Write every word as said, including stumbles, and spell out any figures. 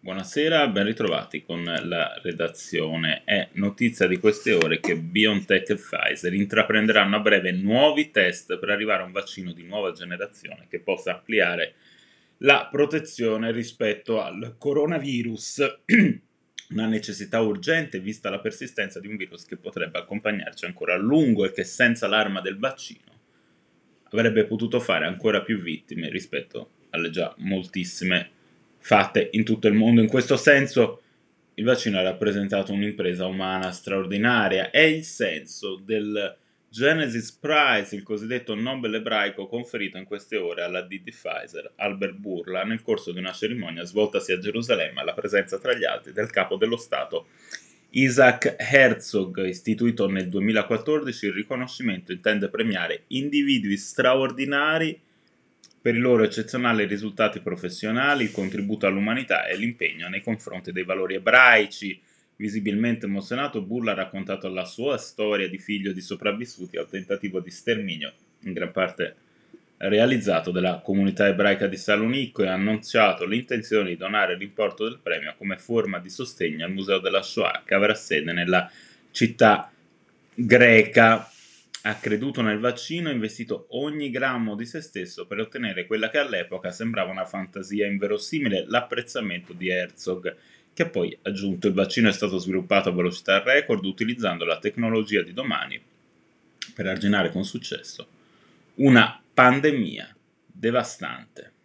Buonasera, ben ritrovati con la redazione. È notizia di queste ore che BioNTech e Pfizer intraprenderanno a breve nuovi test per arrivare a un vaccino di nuova generazione che possa ampliare la protezione rispetto al coronavirus. Una necessità urgente vista la persistenza di un virus che potrebbe accompagnarci ancora a lungo e che senza l'arma del vaccino avrebbe potuto fare ancora più vittime rispetto alle già moltissime fatte in tutto il mondo. In questo senso il vaccino ha rappresentato un'impresa umana straordinaria. È il senso del Genesis Prize, il cosiddetto Nobel ebraico conferito in queste ore alla D di Pfizer, Albert Bourla, nel corso di una cerimonia svoltasi a Gerusalemme alla presenza tra gli altri del capo dello Stato Isaac Herzog. Istituito nel duemilaquattordici, il riconoscimento intende premiare individui straordinari per i loro eccezionali risultati professionali, il contributo all'umanità e l'impegno nei confronti dei valori ebraici. Visibilmente emozionato, Bull ha raccontato la sua storia di figlio di sopravvissuti al tentativo di sterminio, in gran parte realizzato, della comunità ebraica di Salonicco, e ha annunciato l'intenzione di donare l'importo del premio come forma di sostegno al Museo della Shoah, che avrà sede nella città greca. Ha creduto nel vaccino e investito ogni grammo di se stesso per ottenere quella che all'epoca sembrava una fantasia inverosimile, l'apprezzamento di Herzog, che poi ha aggiunto: il vaccino è stato sviluppato a velocità record utilizzando la tecnologia di domani per arginare con successo una pandemia devastante.